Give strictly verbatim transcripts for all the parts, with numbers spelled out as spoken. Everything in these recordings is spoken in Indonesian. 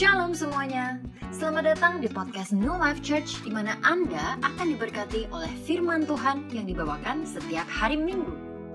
Shalom semuanya, selamat datang di podcast New Life Church, di mana Anda akan diberkati oleh firman Tuhan yang dibawakan setiap hari Minggu.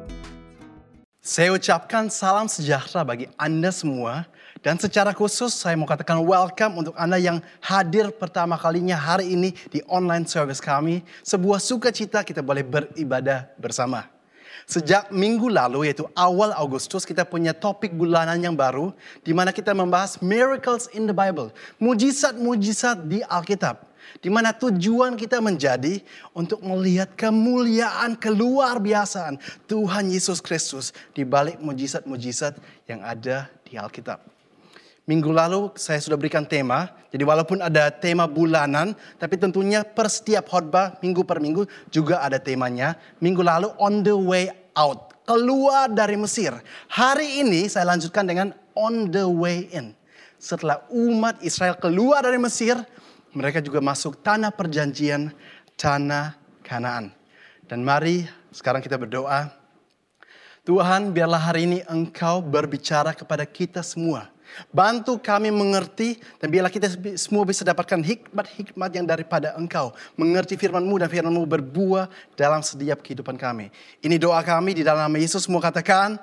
Saya ucapkan salam sejahtera bagi Anda semua, dan secara khusus saya mau katakan welcome untuk Anda yang hadir pertama kalinya hari ini di online service kami. Sebuah sukacita kita boleh beribadah bersama. Sejak minggu lalu, yaitu awal Agustus, kita punya topik bulanan yang baru, di mana kita membahas miracles in the Bible, mujizat-mujizat di Alkitab, di mana tujuan kita menjadi untuk melihat kemuliaan keluar biasaan Tuhan Yesus Kristus di balik mujizat-mujizat yang ada di Alkitab. Minggu lalu saya sudah berikan tema, jadi walaupun ada tema bulanan, tapi tentunya per setiap khotbah minggu per minggu juga ada temanya. Minggu lalu on the way out, keluar dari Mesir. Hari ini saya lanjutkan dengan on the way in. Setelah umat Israel keluar dari Mesir, mereka juga masuk tanah perjanjian, tanah Kanaan. Dan mari sekarang kita berdoa. Tuhan, biarlah hari ini Engkau berbicara kepada kita semua. Bantu kami mengerti, dan biarlah kita semua bisa dapatkan hikmat-hikmat yang daripada Engkau. Mengerti firman-Mu dan firman-Mu berbuah dalam setiap kehidupan kami. Ini doa kami di dalam nama Yesus, semua katakan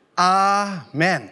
amin.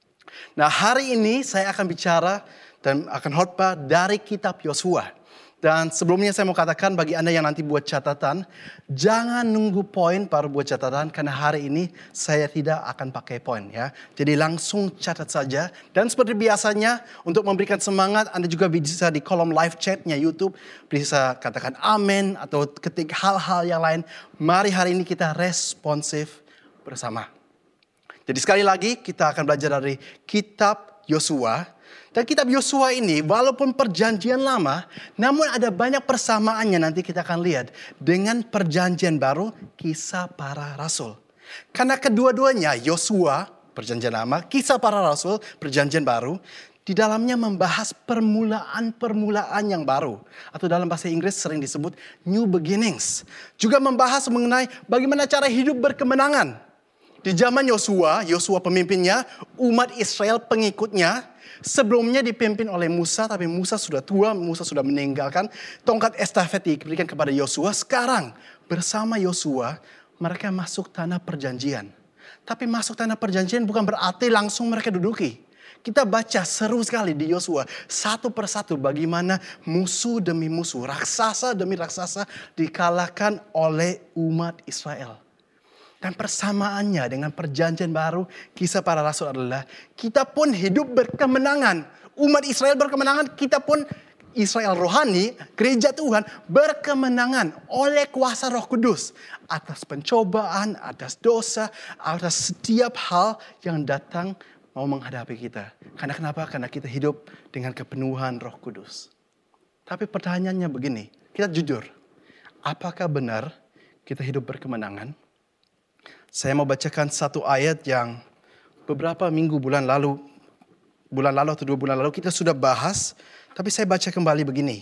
Nah, hari ini saya akan bicara dan akan khotbah dari kitab Yosua. Dan sebelumnya saya mau katakan bagi Anda yang nanti buat catatan, jangan nunggu poin baru buat catatan, karena hari ini saya tidak akan pakai poin ya. Jadi langsung catat saja. Dan seperti biasanya untuk memberikan semangat, Anda juga bisa di kolom live chatnya YouTube bisa katakan amin atau ketik hal-hal yang lain. Mari hari ini kita responsif bersama. Jadi sekali lagi kita akan belajar dari kitab Yosua. Dan kitab Yosua ini walaupun perjanjian lama, namun ada banyak persamaannya nanti kita akan lihat dengan perjanjian baru, kisah para rasul. Karena kedua-duanya Yosua, perjanjian lama, kisah para rasul, perjanjian baru, di dalamnya membahas permulaan-permulaan yang baru. Atau dalam bahasa Inggris sering disebut new beginnings. Juga membahas mengenai bagaimana cara hidup berkemenangan. Di zaman Yosua, Yosua pemimpinnya, umat Israel pengikutnya, sebelumnya dipimpin oleh Musa, tapi Musa sudah tua, Musa sudah meninggalkan. Tongkat estafet diberikan kepada Yosua. Sekarang bersama Yosua mereka masuk tanah perjanjian. Tapi masuk tanah perjanjian bukan berarti langsung mereka duduki. Kita baca seru sekali di Yosua satu persatu bagaimana musuh demi musuh, raksasa demi raksasa dikalahkan oleh umat Israel. Dan persamaannya dengan perjanjian baru, kisah para rasul adalah kita pun hidup berkemenangan. Umat Israel berkemenangan, kita pun Israel rohani, gereja Tuhan berkemenangan oleh kuasa Roh Kudus. Atas pencobaan, atas dosa, atas setiap hal yang datang mau menghadapi kita. Karena kenapa? Karena kita hidup dengan kepenuhan Roh Kudus. Tapi pertanyaannya begini, kita jujur. Apakah benar kita hidup berkemenangan? Saya mau bacakan satu ayat yang beberapa minggu bulan lalu, bulan lalu atau dua bulan lalu kita sudah bahas. Tapi saya baca kembali begini.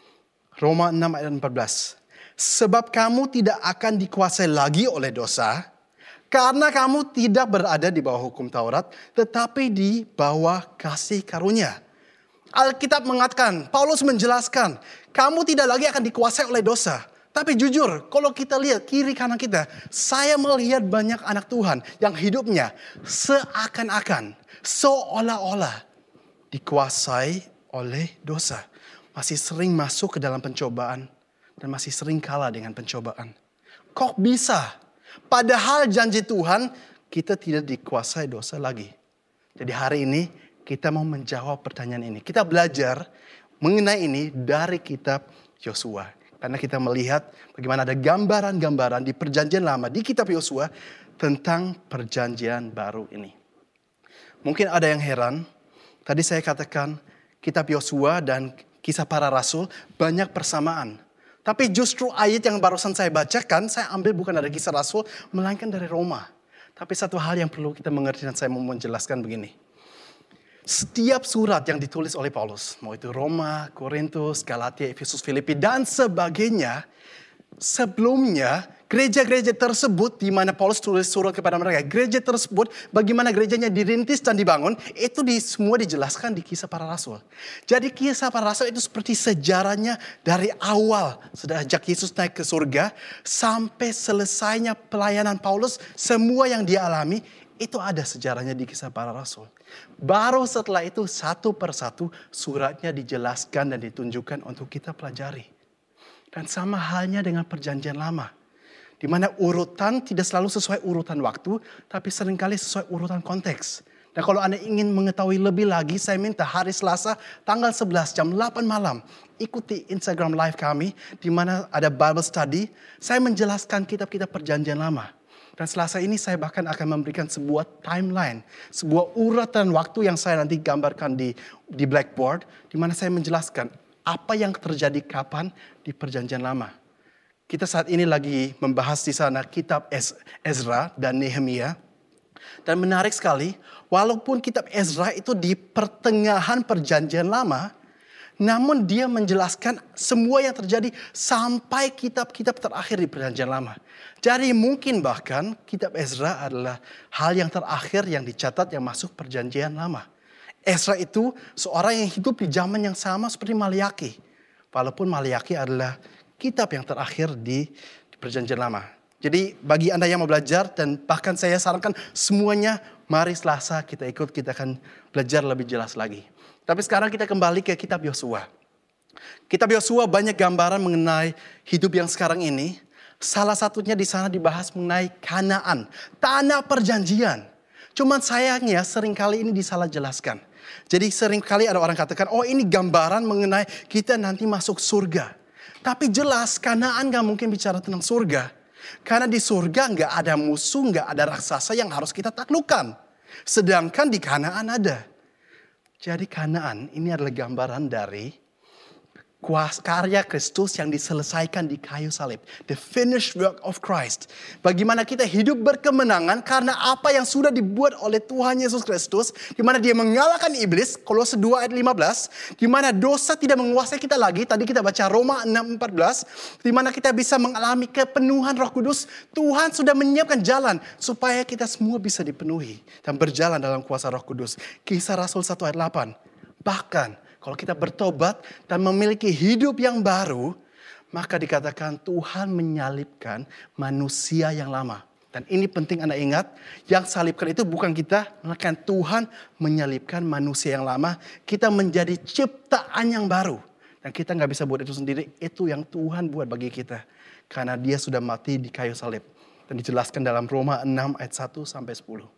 Roma enam ayat empat belas. Sebab kamu tidak akan dikuasai lagi oleh dosa, karena kamu tidak berada di bawah hukum Taurat, tetapi di bawah kasih karunia. Alkitab mengatakan, Paulus menjelaskan, kamu tidak lagi akan dikuasai oleh dosa. Tapi jujur, kalau kita lihat kiri kanan kita, saya melihat banyak anak Tuhan yang hidupnya seakan-akan, seolah-olah dikuasai oleh dosa. Masih sering masuk ke dalam pencobaan dan masih sering kalah dengan pencobaan. Kok bisa? Padahal janji Tuhan kita tidak dikuasai dosa lagi. Jadi hari ini kita mau menjawab pertanyaan ini. Kita belajar mengenai ini dari kitab Yosua. Karena kita melihat bagaimana ada gambaran-gambaran di perjanjian lama di kitab Yosua tentang perjanjian baru ini. Mungkin ada yang heran, tadi saya katakan kitab Yosua dan kisah para rasul banyak persamaan. Tapi justru ayat yang barusan saya bacakan, saya ambil bukan dari kisah rasul, melainkan dari Roma. Tapi satu hal yang perlu kita mengerti dan saya mau menjelaskan begini. Setiap surat yang ditulis oleh Paulus, mau itu Roma, Korintus, Galatia, Efesus, Filipi, dan sebagainya, sebelumnya Gereja-gereja tersebut di mana Paulus tulis surat kepada mereka. Gereja tersebut bagaimana gerejanya dirintis dan dibangun. Itu di, semua dijelaskan di Kisah Para Rasul. Jadi Kisah Para Rasul itu seperti sejarahnya dari awal. Sejak Yesus naik ke surga sampai selesainya pelayanan Paulus. Semua yang dia alami itu ada sejarahnya di Kisah Para Rasul. Baru setelah itu satu persatu suratnya dijelaskan dan ditunjukkan untuk kita pelajari. Dan sama halnya dengan Perjanjian Lama. Di mana urutan tidak selalu sesuai urutan waktu, tapi seringkali sesuai urutan konteks. Dan kalau Anda ingin mengetahui lebih lagi, saya minta hari Selasa tanggal sebelas jam delapan malam. Ikuti Instagram live kami, di mana ada Bible Study. Saya menjelaskan kitab-kitab Perjanjian Lama. Dan Selasa ini saya bahkan akan memberikan sebuah timeline, sebuah urutan waktu yang saya nanti gambarkan di, di blackboard, di mana saya menjelaskan apa yang terjadi kapan di Perjanjian Lama. Kita saat ini lagi membahas di sana kitab Ezra dan Nehemia. Dan menarik sekali, walaupun kitab Ezra itu di pertengahan Perjanjian Lama, namun dia menjelaskan semua yang terjadi sampai kitab-kitab terakhir di Perjanjian Lama. Jadi mungkin bahkan kitab Ezra adalah hal yang terakhir yang dicatat yang masuk Perjanjian Lama. Ezra itu seorang yang hidup di zaman yang sama seperti Maliaki. Walaupun Maliaki adalah kitab yang terakhir di, di Perjanjian Lama. Jadi bagi Anda yang mau belajar dan bahkan saya sarankan semuanya mari Selasa kita ikut, kita akan belajar lebih jelas lagi. Tapi sekarang kita kembali ke kitab Yosua. Kitab Yosua banyak gambaran mengenai hidup yang sekarang ini. Salah satunya di sana dibahas mengenai Kanaan, tanah perjanjian. Cuman sayangnya seringkali ini disalah jelaskan. Jadi seringkali ada orang katakan, oh ini gambaran mengenai kita nanti masuk surga. Tapi jelas Kanaan gak mungkin bicara tentang surga. Karena di surga gak ada musuh, gak ada raksasa yang harus kita taklukkan. Sedangkan di Kanaan ada. Jadi Kanaan ini adalah gambaran dari karya Kristus yang diselesaikan di kayu salib. The finished work of Christ. Bagaimana kita hidup berkemenangan karena apa yang sudah dibuat oleh Tuhan Yesus Kristus. Di mana dia mengalahkan iblis. Kolose dua ayat lima belas. Di mana dosa tidak menguasai kita lagi. Tadi kita baca Roma enam empat belas. Di mana kita bisa mengalami kepenuhan Roh Kudus. Tuhan sudah menyiapkan jalan supaya kita semua bisa dipenuhi. Dan berjalan dalam kuasa Roh Kudus. Kisah Rasul satu ayat delapan. Bahkan kalau kita bertobat dan memiliki hidup yang baru, maka dikatakan Tuhan menyalibkan manusia yang lama. Dan ini penting Anda ingat, yang salibkan itu bukan kita, melainkan Tuhan menyalibkan manusia yang lama. Kita menjadi ciptaan yang baru. Dan kita nggak bisa buat itu sendiri, itu yang Tuhan buat bagi kita. Karena dia sudah mati di kayu salib. Dan dijelaskan dalam Roma enam ayat satu sampai sepuluh.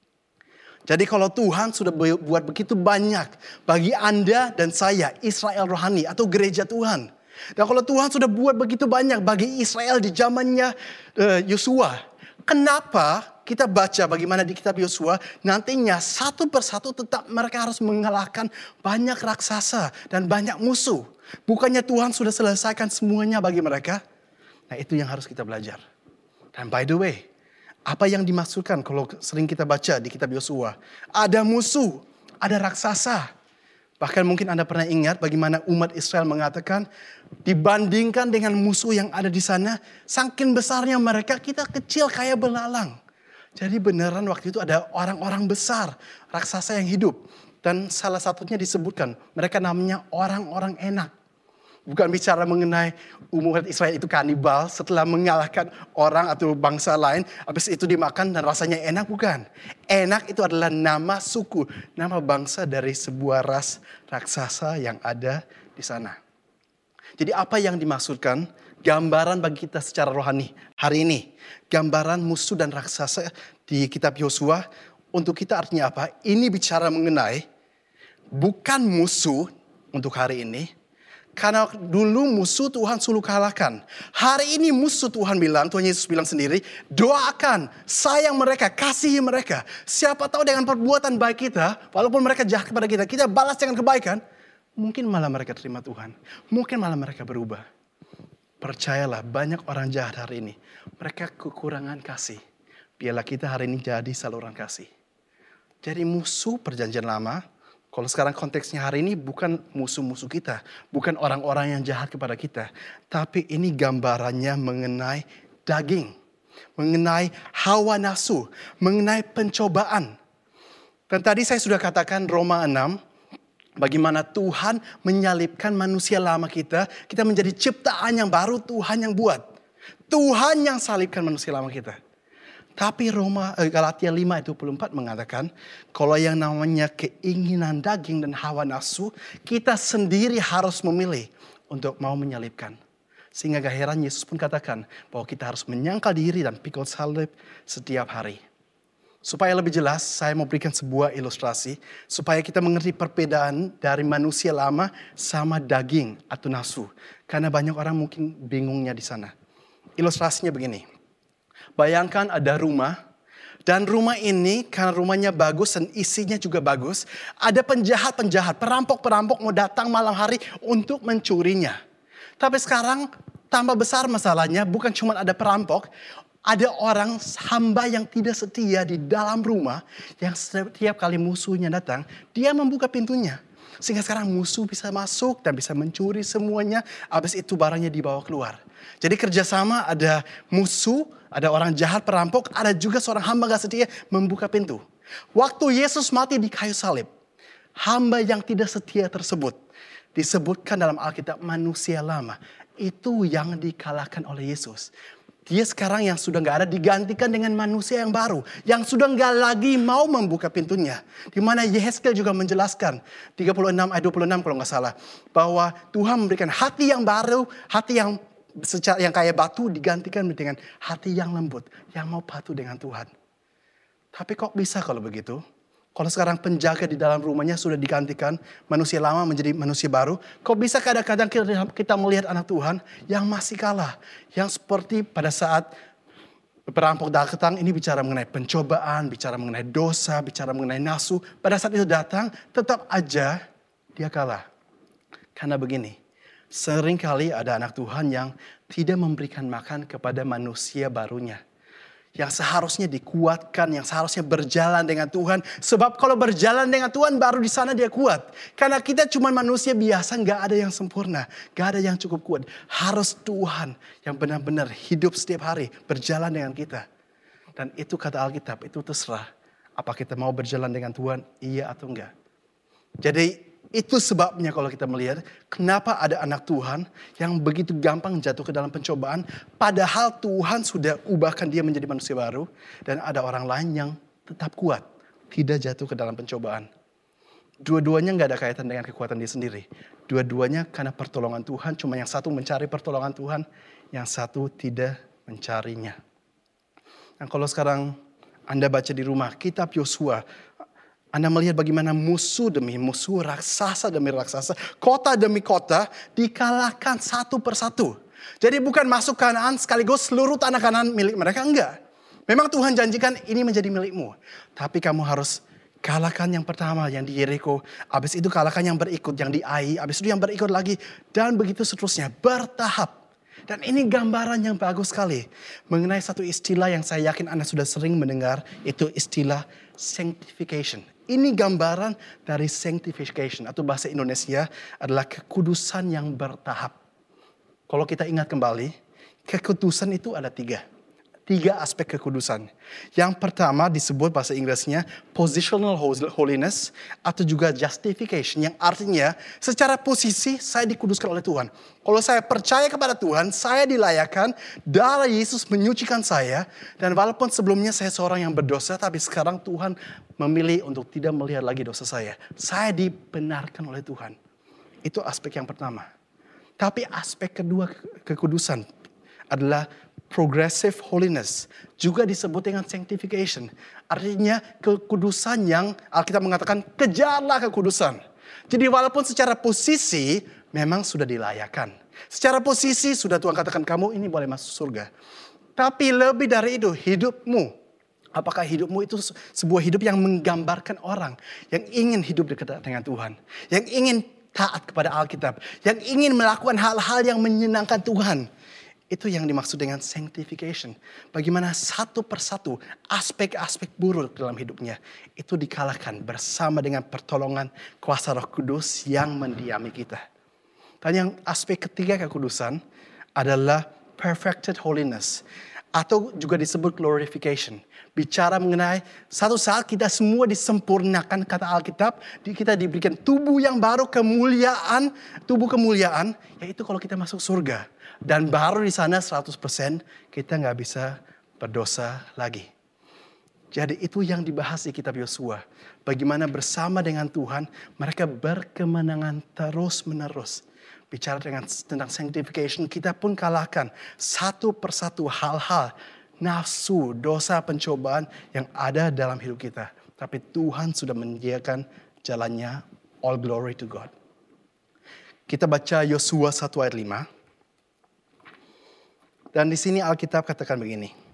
Jadi kalau Tuhan sudah buat begitu banyak bagi Anda dan saya, Israel rohani atau gereja Tuhan. Dan kalau Tuhan sudah buat begitu banyak bagi Israel di zamannya Yosua. Uh, kenapa kita baca bagaimana di kitab Yosua nantinya satu persatu tetap mereka harus mengalahkan banyak raksasa dan banyak musuh. Bukannya Tuhan sudah selesaikan semuanya bagi mereka? Nah itu yang harus kita belajar. Dan by the way, apa yang dimaksudkan kalau sering kita baca di kitab Yosua? Ada musuh, ada raksasa. Bahkan mungkin Anda pernah ingat bagaimana umat Israel mengatakan dibandingkan dengan musuh yang ada di sana, saking besarnya mereka, kita kecil kayak belalang. Jadi beneran waktu itu ada orang-orang besar, raksasa yang hidup. Dan salah satunya disebutkan, mereka namanya orang-orang enak. Bukan bicara mengenai umat Israel itu kanibal setelah mengalahkan orang atau bangsa lain. Habis itu dimakan dan rasanya enak, bukan. Enak itu adalah nama suku, nama bangsa dari sebuah ras raksasa yang ada di sana. Jadi apa yang dimaksudkan? Gambaran bagi kita secara rohani hari ini. Gambaran musuh dan raksasa di kitab Yosua. Untuk kita artinya apa? Ini bicara mengenai bukan musuh untuk hari ini. Karena dulu musuh Tuhan suruh kalahkan. Hari ini musuh Tuhan bilang, Tuhan Yesus bilang sendiri, doakan, sayang mereka, kasihi mereka. Siapa tahu dengan perbuatan baik kita, walaupun mereka jahat kepada kita, kita balas dengan kebaikan. Mungkin malah mereka terima Tuhan. Mungkin malah mereka berubah. Percayalah, banyak orang jahat hari ini. Mereka kekurangan kasih. Biarlah kita hari ini jadi saluran kasih. Jadi musuh perjanjian lama, kalau sekarang konteksnya hari ini bukan musuh-musuh kita. Bukan orang-orang yang jahat kepada kita. Tapi ini gambarannya mengenai daging, mengenai hawa nafsu, mengenai pencobaan. Dan tadi saya sudah katakan Roma enam, bagaimana Tuhan menyalibkan manusia lama kita, kita menjadi ciptaan yang baru, Tuhan yang buat. Tuhan yang salibkan manusia lama kita. Tapi Roma eh, Galatia lima ayat dua puluh empat mengatakan, kalau yang namanya keinginan daging dan hawa nafsu, kita sendiri harus memilih untuk mau menyalibkan. Sehingga gak heran Yesus pun katakan bahwa kita harus menyangkal diri dan pikul salib setiap hari. Supaya lebih jelas, saya mau berikan sebuah ilustrasi supaya kita mengerti perbedaan dari manusia lama sama daging atau nafsu. Karena banyak orang mungkin bingungnya di sana. Ilustrasinya begini. Bayangkan ada rumah, dan rumah ini karena rumahnya bagus dan isinya juga bagus, ada penjahat-penjahat, perampok-perampok mau datang malam hari untuk mencurinya. Tapi sekarang tambah besar masalahnya, bukan cuma ada perampok, ada orang hamba yang tidak setia di dalam rumah, yang setiap kali musuhnya datang, dia membuka pintunya. Sehingga sekarang musuh bisa masuk dan bisa mencuri semuanya, habis itu barangnya dibawa keluar. Jadi kerjasama ada musuh, ada orang jahat perampok, ada juga seorang hamba gak setia membuka pintu. Waktu Yesus mati di kayu salib, hamba yang tidak setia tersebut disebutkan dalam Alkitab manusia lama. Itu yang dikalahkan oleh Yesus. Dia sekarang yang sudah gak ada digantikan dengan manusia yang baru. Yang sudah gak lagi mau membuka pintunya. Di mana Yehezkiel juga menjelaskan. tiga puluh enam ayat dua puluh enam kalau gak salah. Bahwa Tuhan memberikan hati yang baru. Hati yang secara, yang kayak batu digantikan dengan hati yang lembut. Yang mau patuh dengan Tuhan. Tapi kok bisa kalau begitu? Kalau sekarang penjaga di dalam rumahnya sudah digantikan manusia lama menjadi manusia baru. Kok bisa kadang-kadang kita melihat anak Tuhan yang masih kalah. Yang seperti pada saat perampok datang ini bicara mengenai pencobaan, bicara mengenai dosa, bicara mengenai nafsu. Pada saat itu datang tetap aja dia kalah. Karena begini, seringkali ada anak Tuhan yang tidak memberikan makan kepada manusia barunya. Yang seharusnya dikuatkan, yang seharusnya berjalan dengan Tuhan. Sebab kalau berjalan dengan Tuhan baru di sana dia kuat. Karena kita cuma manusia biasa, gak ada yang sempurna. Gak ada yang cukup kuat. Harus Tuhan yang benar-benar hidup setiap hari, berjalan dengan kita. Dan itu kata Alkitab, itu terserah. Apa kita mau berjalan dengan Tuhan, iya atau enggak. Jadi itu sebabnya kalau kita melihat kenapa ada anak Tuhan yang begitu gampang jatuh ke dalam pencobaan. Padahal Tuhan sudah ubahkan dia menjadi manusia baru. Dan ada orang lain yang tetap kuat. Tidak jatuh ke dalam pencobaan. Dua-duanya gak ada kaitan dengan kekuatan dia sendiri. Dua-duanya karena pertolongan Tuhan. Cuma yang satu mencari pertolongan Tuhan. Yang satu tidak mencarinya. Nah kalau sekarang Anda baca di rumah kitab Yosua. Anda melihat bagaimana musuh demi musuh, raksasa demi raksasa, kota demi kota dikalahkan satu persatu. Jadi bukan masuk Kanaan sekaligus seluruh tanah Kanaan milik mereka, enggak. Memang Tuhan janjikan ini menjadi milikmu. Tapi kamu harus kalahkan yang pertama yang di Yeriko. Habis itu kalahkan yang berikut, yang di Ai. Habis itu yang berikut lagi. Dan begitu seterusnya, bertahap. Dan ini gambaran yang bagus sekali. Mengenai satu istilah yang saya yakin Anda sudah sering mendengar. Itu istilah sanctification. Ini gambaran dari sanctification atau bahasa Indonesia adalah kekudusan yang bertahap. Kalau kita ingat kembali, kekudusan itu ada tiga. Tiga aspek kekudusan. Yang pertama disebut bahasa Inggrisnya positional holiness atau juga justification. Yang artinya secara posisi saya dikuduskan oleh Tuhan. Kalau saya percaya kepada Tuhan, saya dilayakkan, darah Yesus menyucikan saya. Dan walaupun sebelumnya saya seorang yang berdosa, tapi sekarang Tuhan memilih untuk tidak melihat lagi dosa saya. Saya dibenarkan oleh Tuhan. Itu aspek yang pertama. Tapi aspek kedua kekudusan adalah progressive holiness. Juga disebut dengan sanctification. Artinya kekudusan yang Alkitab mengatakan kejarlah kekudusan. Jadi walaupun secara posisi memang sudah dilayakkan. Secara posisi sudah Tuhan katakan kamu ini boleh masuk surga. Tapi lebih dari itu hidupmu. Apakah hidupmu itu sebuah hidup yang menggambarkan orang. Yang ingin hidup dekat dengan Tuhan. Yang ingin taat kepada Alkitab. Yang ingin melakukan hal-hal yang menyenangkan Tuhan. Itu yang dimaksud dengan sanctification. Bagaimana satu persatu aspek-aspek buruk dalam hidupnya. Itu dikalahkan bersama dengan pertolongan kuasa Roh Kudus yang mendiami kita. Dan yang aspek ketiga kekudusan adalah perfected holiness. Atau juga disebut glorification. Bicara mengenai satu saat kita semua disempurnakan, kata Alkitab. Kita diberikan tubuh yang baru, kemuliaan, tubuh kemuliaan. Yaitu kalau kita masuk surga. Dan baru di sana seratus persen kita gak bisa berdosa lagi. Jadi itu yang dibahas di kitab Yosua. Bagaimana bersama dengan Tuhan mereka berkemenangan terus menerus. Bicara dengan, tentang sanctification, kita pun kalahkan satu persatu hal-hal, nafsu, dosa, pencobaan yang ada dalam hidup kita. Tapi Tuhan sudah menyediakan jalannya. All glory to God. Kita baca Yosua satu ayat lima. Dan di sini Alkitab katakan begini.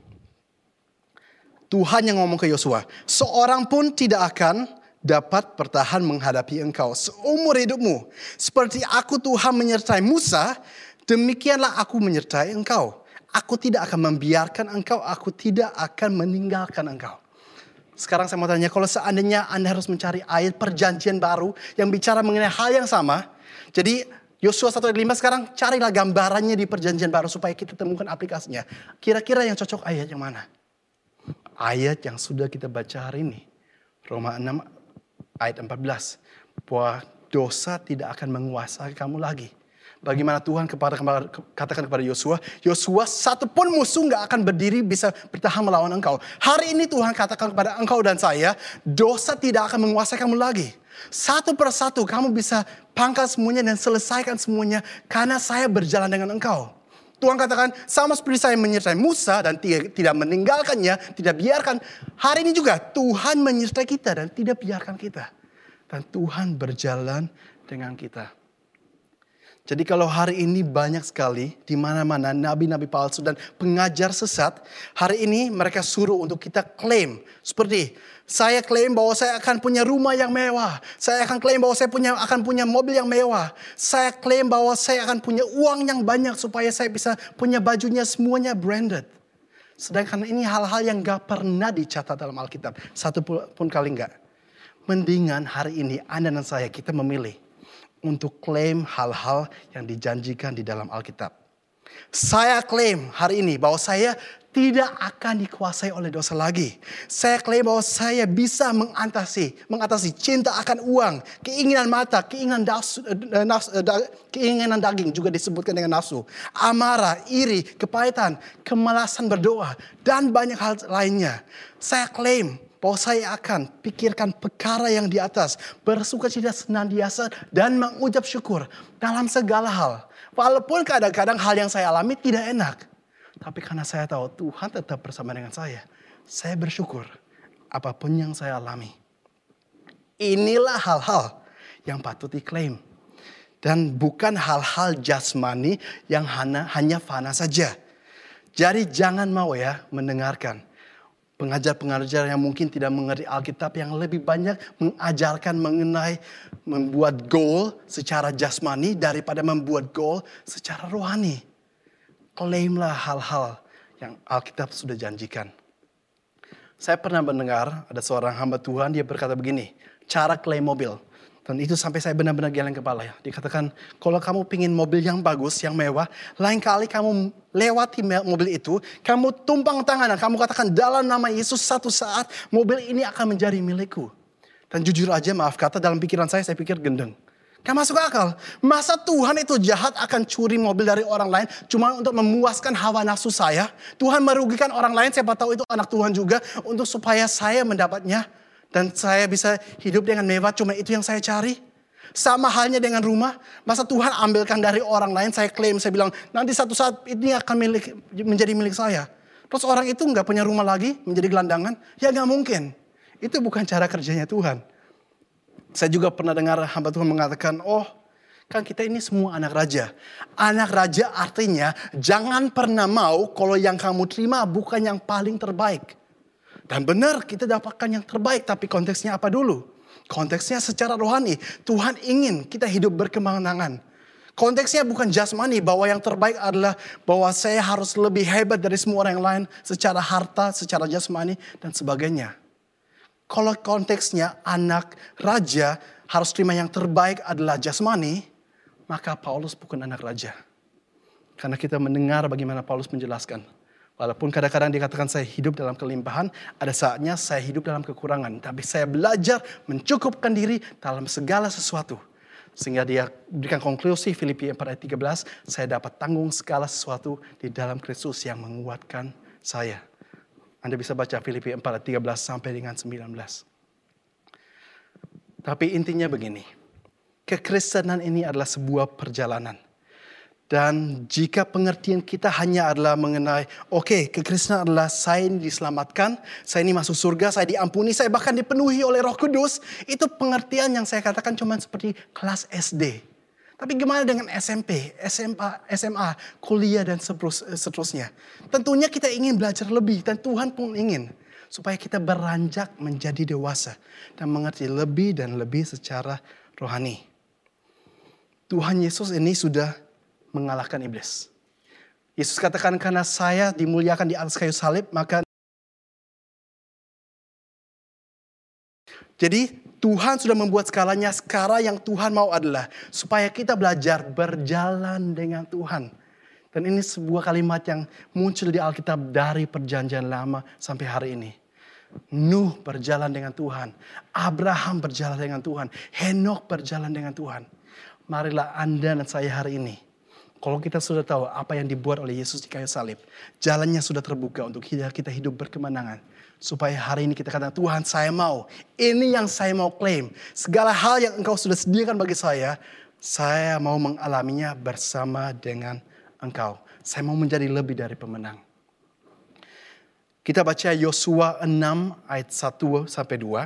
Tuhan yang ngomong ke Yosua, seorang pun tidak akan dapat bertahan menghadapi engkau seumur hidupmu. Seperti aku Tuhan menyertai Musa, demikianlah aku menyertai engkau. Aku tidak akan membiarkan engkau, aku tidak akan meninggalkan engkau. Sekarang saya mau tanya, kalau seandainya Anda harus mencari ayat perjanjian baru yang bicara mengenai hal yang sama. Jadi Yosua satu ayat lima sekarang carilah gambarannya di perjanjian baru supaya kita temukan aplikasinya. Kira-kira yang cocok ayat yang mana? Ayat yang sudah kita baca hari ini. Roma enam ayat empat belas. Bahwa dosa tidak akan menguasai kamu lagi. Bagaimana Tuhan kepada, katakan kepada Yosua. Yosua, satu pun musuh gak akan berdiri bisa bertahan melawan engkau. Hari ini Tuhan katakan kepada engkau dan saya. Dosa tidak akan menguasai kamu lagi. Satu persatu kamu bisa pangkal semuanya dan selesaikan semuanya. Karena saya berjalan dengan engkau. Tuhan katakan sama seperti saya menyertai Musa dan tidak meninggalkannya, tidak biarkan. Hari ini juga Tuhan menyertai kita dan tidak biarkan kita. Dan Tuhan berjalan dengan kita. Jadi kalau hari ini banyak sekali di mana-mana nabi-nabi palsu dan pengajar sesat. Hari ini mereka suruh untuk kita klaim. Seperti saya klaim bahwa saya akan punya rumah yang mewah. Saya akan klaim bahwa saya punya akan punya mobil yang mewah. Saya klaim bahwa saya akan punya uang yang banyak supaya saya bisa punya bajunya semuanya branded. Sedangkan ini hal-hal yang gak pernah dicatat dalam Alkitab. Satu pun kali gak. Mendingan hari ini Anda dan saya kita memilih untuk klaim hal-hal yang dijanjikan di dalam Alkitab. Saya klaim hari ini bahwa saya tidak akan dikuasai oleh dosa lagi. Saya klaim bahwa saya bisa mengatasi, mengatasi cinta akan uang, keinginan mata, keinginan nafsu, nafsu, keinginan daging juga disebutkan dengan nafsu, amarah, iri, kepahitan, kemalasan berdoa, dan banyak hal lainnya. Saya klaim bahwa saya akan pikirkan perkara yang di atas, bersukacita senantiasa dan mengucap syukur dalam segala hal. Walaupun kadang-kadang hal yang saya alami tidak enak. Tapi karena saya tahu Tuhan tetap bersama dengan saya. Saya bersyukur apapun yang saya alami. Inilah hal-hal yang patut diklaim. Dan bukan hal-hal jasmani yang hanya, hanya fana saja. Jadi jangan mau ya mendengarkan pengajar-pengajar yang mungkin tidak mengerti Alkitab yang lebih banyak mengajarkan mengenai membuat goal secara jasmani daripada membuat goal secara rohani. Klaimlah hal-hal yang Alkitab sudah janjikan. Saya pernah mendengar ada seorang hamba Tuhan, dia berkata begini, cara klaim mobil. Dan itu sampai saya benar-benar geleng kepala ya. Dikatakan, kalau kamu pingin mobil yang bagus, yang mewah, lain kali kamu lewati mobil itu, kamu tumpang tangan dan kamu katakan dalam nama Yesus satu saat mobil ini akan menjadi milikku. Dan jujur aja maaf kata dalam pikiran saya, saya pikir gendeng. Gak masuk akal. Masa Tuhan itu jahat akan curi mobil dari orang lain cuma untuk memuaskan hawa nafsu saya? Tuhan merugikan orang lain, siapa tahu itu anak Tuhan juga, untuk supaya saya mendapatnya. Dan saya bisa hidup dengan mewah, cuma itu yang saya cari. Sama halnya dengan rumah. Masa Tuhan ambilkan dari orang lain, saya klaim, saya bilang nanti satu saat ini akan milik, menjadi milik saya. Terus orang itu gak punya rumah lagi, menjadi gelandangan? Ya gak mungkin. Itu bukan cara kerjanya Tuhan. Saya juga pernah dengar hamba Tuhan mengatakan, oh kan kita ini semua anak raja. Anak raja artinya jangan pernah mau kalau yang kamu terima bukan yang paling terbaik. Dan benar kita dapatkan yang terbaik, tapi konteksnya apa dulu? Konteksnya secara rohani. Tuhan ingin kita hidup berkemenangan. Konteksnya bukan jasmani bahwa yang terbaik adalah bahwa saya harus lebih hebat dari semua orang yang lain secara harta, secara jasmani dan sebagainya. Kalau konteksnya anak raja harus terima yang terbaik adalah jasmani, maka Paulus bukan anak raja. Karena kita mendengar bagaimana Paulus menjelaskan. Walaupun kadang-kadang dikatakan saya hidup dalam kelimpahan, ada saatnya saya hidup dalam kekurangan. Tapi saya belajar mencukupkan diri dalam segala sesuatu. Sehingga dia berikan konklusi Filipi empat ayat tiga belas, saya dapat tanggung segala sesuatu di dalam Kristus yang menguatkan saya. Anda bisa baca Filipi empat ayat tiga belas sampai dengan sembilan belas. Tapi intinya begini, kekristenan ini adalah sebuah perjalanan. Dan jika pengertian kita hanya adalah mengenai, oke, okay, kekristenan adalah saya ini diselamatkan, saya ini masuk surga, saya diampuni, saya bahkan dipenuhi oleh Roh Kudus. Itu pengertian yang saya katakan cuma seperti kelas S D. Tapi gimana dengan S M P, S M A, S M A, kuliah dan seterusnya. Tentunya kita ingin belajar lebih dan Tuhan pun ingin. Supaya kita beranjak menjadi dewasa dan mengerti lebih dan lebih secara rohani. Tuhan Yesus ini sudah mengalahkan iblis. Yesus katakan, karena saya dimuliakan di atas kayu salib, maka jadi Tuhan sudah membuat skalanya. Sekarang yang Tuhan mau adalah supaya kita belajar berjalan dengan Tuhan. Dan ini sebuah kalimat yang muncul di Alkitab dari perjanjian lama sampai hari ini. Nuh berjalan dengan Tuhan. Abraham berjalan dengan Tuhan. Henokh berjalan dengan Tuhan. Marilah Anda dan saya hari ini, kalau kita sudah tahu apa yang dibuat oleh Yesus di kayu salib, jalannya sudah terbuka untuk kita hidup berkemenangan. Supaya hari ini kita katakan, Tuhan saya mau, ini yang saya mau klaim. Segala hal yang Engkau sudah sediakan bagi saya, saya mau mengalaminya bersama dengan Engkau. Saya mau menjadi lebih dari pemenang. Kita baca Yosua enam ayat satu sampai dua.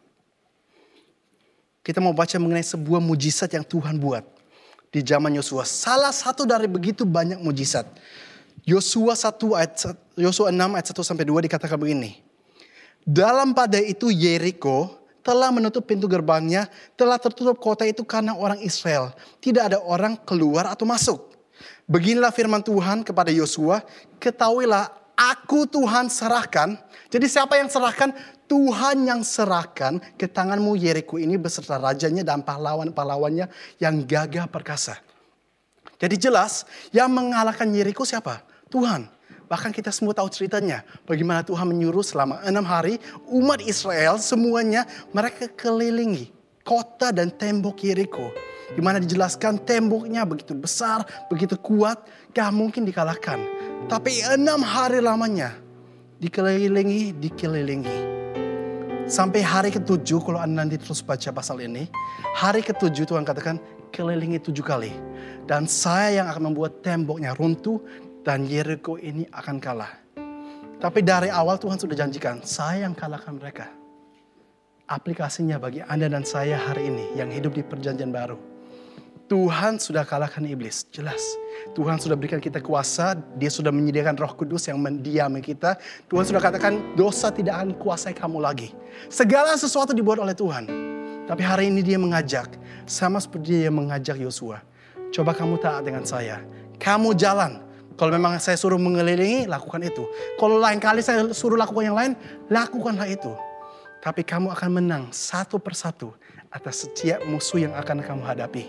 Kita mau baca mengenai sebuah mujizat yang Tuhan buat di zaman Yosua. Salah satu dari begitu banyak mujizat. Yosua satu ayat Yosua enam ayat satu sampai dua dikatakan begini. Dalam pada itu Yeriko telah menutup pintu gerbangnya, telah tertutup kota itu karena orang Israel. Tidak ada orang keluar atau masuk. Beginilah firman Tuhan kepada Yosua, ketahuilah aku Tuhan serahkan. Jadi siapa yang serahkan? Tuhan yang serahkan ke tanganmu Yeriko ini beserta rajanya dan pahlawan-pahlawannya yang gagah perkasa. Jadi jelas yang mengalahkan Yeriko siapa? Tuhan. Bahkan kita semua tahu ceritanya. Bagaimana Tuhan menyuruh selama enam hari umat Israel semuanya mereka kelilingi kota dan tembok Yeriko. Di mana dijelaskan temboknya begitu besar, begitu kuat, gak mungkin dikalahkan. Tapi enam hari lamanya dikelilingi, dikelilingi. Sampai hari ketujuh, kalau Anda nanti terus baca pasal ini, hari ketujuh Tuhan katakan kelilingi tujuh kali. Dan saya yang akan membuat temboknya runtuh dan Yeriko ini akan kalah. Tapi dari awal Tuhan sudah janjikan, saya yang kalahkan mereka. Aplikasinya bagi Anda dan saya hari ini yang hidup di perjanjian baru. Tuhan sudah kalahkan iblis, jelas. Tuhan sudah berikan kita kuasa, dia sudah menyediakan Roh Kudus yang mendiami kita. Tuhan sudah katakan dosa tidak akan kuasai kamu lagi. Segala sesuatu dibuat oleh Tuhan. Tapi hari ini dia mengajak, sama seperti dia mengajak Yosua. Coba kamu taat dengan saya. Kamu jalan. Kalau memang saya suruh mengelilingi, lakukan itu. Kalau lain kali saya suruh lakukan yang lain, lakukanlah itu. Tapi kamu akan menang satu persatu atas setiap musuh yang akan kamu hadapi.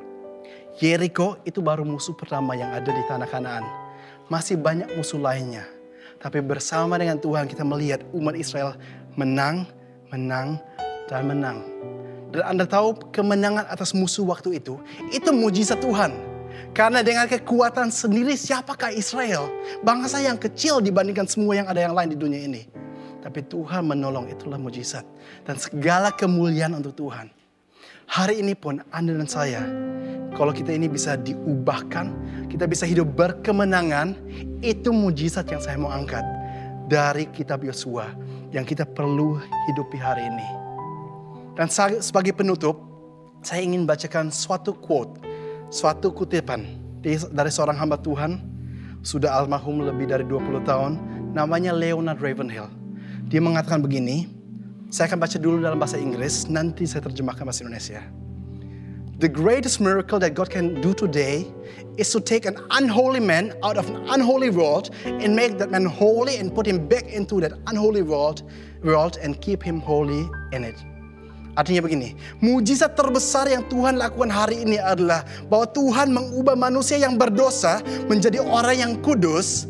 Yeriko itu baru musuh pertama yang ada di tanah Kanaan. Masih banyak musuh lainnya. Tapi bersama dengan Tuhan kita melihat umat Israel menang, menang, dan menang. Dan Anda tahu kemenangan atas musuh waktu itu, itu mujizat Tuhan. Karena dengan kekuatan sendiri siapakah Israel? Bangsa yang kecil dibandingkan semua yang ada yang lain di dunia ini. Tapi Tuhan menolong, itulah mujizat. Dan segala kemuliaan untuk Tuhan. Hari ini pun Anda dan saya, kalau kita ini bisa diubahkan, kita bisa hidup berkemenangan, itu mujizat yang saya mau angkat dari kitab Yosua yang kita perlu hidupi hari ini. Dan sebagai penutup, saya ingin bacakan suatu quote, suatu kutipan dari seorang hamba Tuhan, sudah almarhum lebih dari dua puluh tahun, namanya Leonard Ravenhill. Dia mengatakan begini, saya akan baca dulu dalam bahasa Inggris, nanti saya terjemahkan bahasa Indonesia. The greatest miracle that God can do today is to take an unholy man out of an unholy world and make that man holy and put him back into that unholy world, world and keep him holy in it. Artinya begini, mujizat terbesar yang Tuhan lakukan hari ini adalah bahwa Tuhan mengubah manusia yang berdosa menjadi orang yang kudus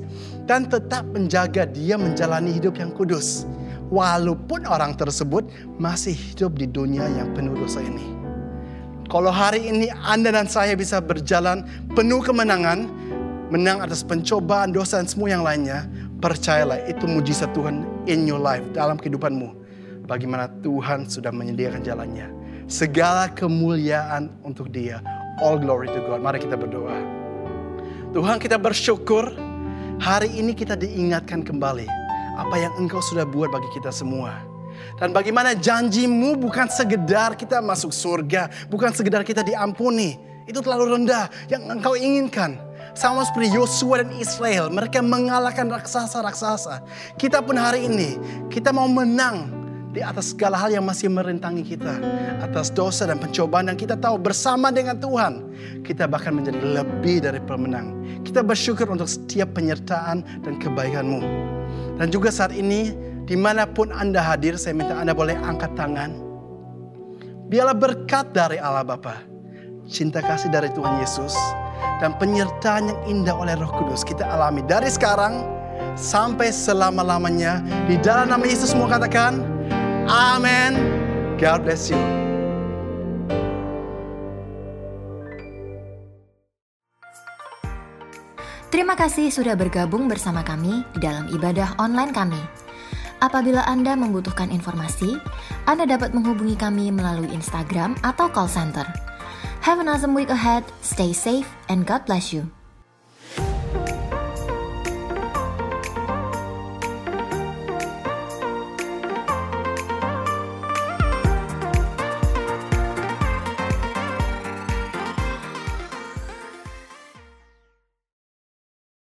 dan tetap menjaga dia menjalani hidup yang kudus. Walaupun orang tersebut masih hidup di dunia yang penuh dosa ini. Kalau hari ini Anda dan saya bisa berjalan penuh kemenangan, menang atas pencobaan, dosa dan semua yang lainnya, percayalah itu mujizat Tuhan in your life, dalam kehidupanmu. Bagaimana Tuhan sudah menyediakan jalannya. Segala kemuliaan untuk Dia. All glory to God. Mari kita berdoa. Tuhan, kita bersyukur hari ini kita diingatkan kembali apa yang Engkau sudah buat bagi kita semua. Dan bagaimana janji-Mu bukan sekedar kita masuk surga, bukan sekedar kita diampuni. Itu terlalu rendah. Yang Engkau inginkan, sama seperti Yosua dan Israel, mereka mengalahkan raksasa-raksasa. Kita pun hari ini, kita mau menang di atas segala hal yang masih merintangi kita. Atas dosa dan pencobaan. Dan kita tahu bersama dengan Tuhan, kita bahkan menjadi lebih dari pemenang. Kita bersyukur untuk setiap penyertaan dan kebaikan-Mu. Dan juga saat ini, dimanapun Anda hadir, saya minta Anda boleh angkat tangan. Biarlah berkat dari Allah Bapa, cinta kasih dari Tuhan Yesus, dan penyertaan yang indah oleh Roh Kudus kita alami dari sekarang sampai selama-lamanya. Di dalam nama Yesus semua katakan, amen. God bless you. Terima kasih sudah bergabung bersama kami di dalam ibadah online kami. Apabila Anda membutuhkan informasi, Anda dapat menghubungi kami melalui Instagram atau call center. Have an awesome week ahead, stay safe, and God bless you.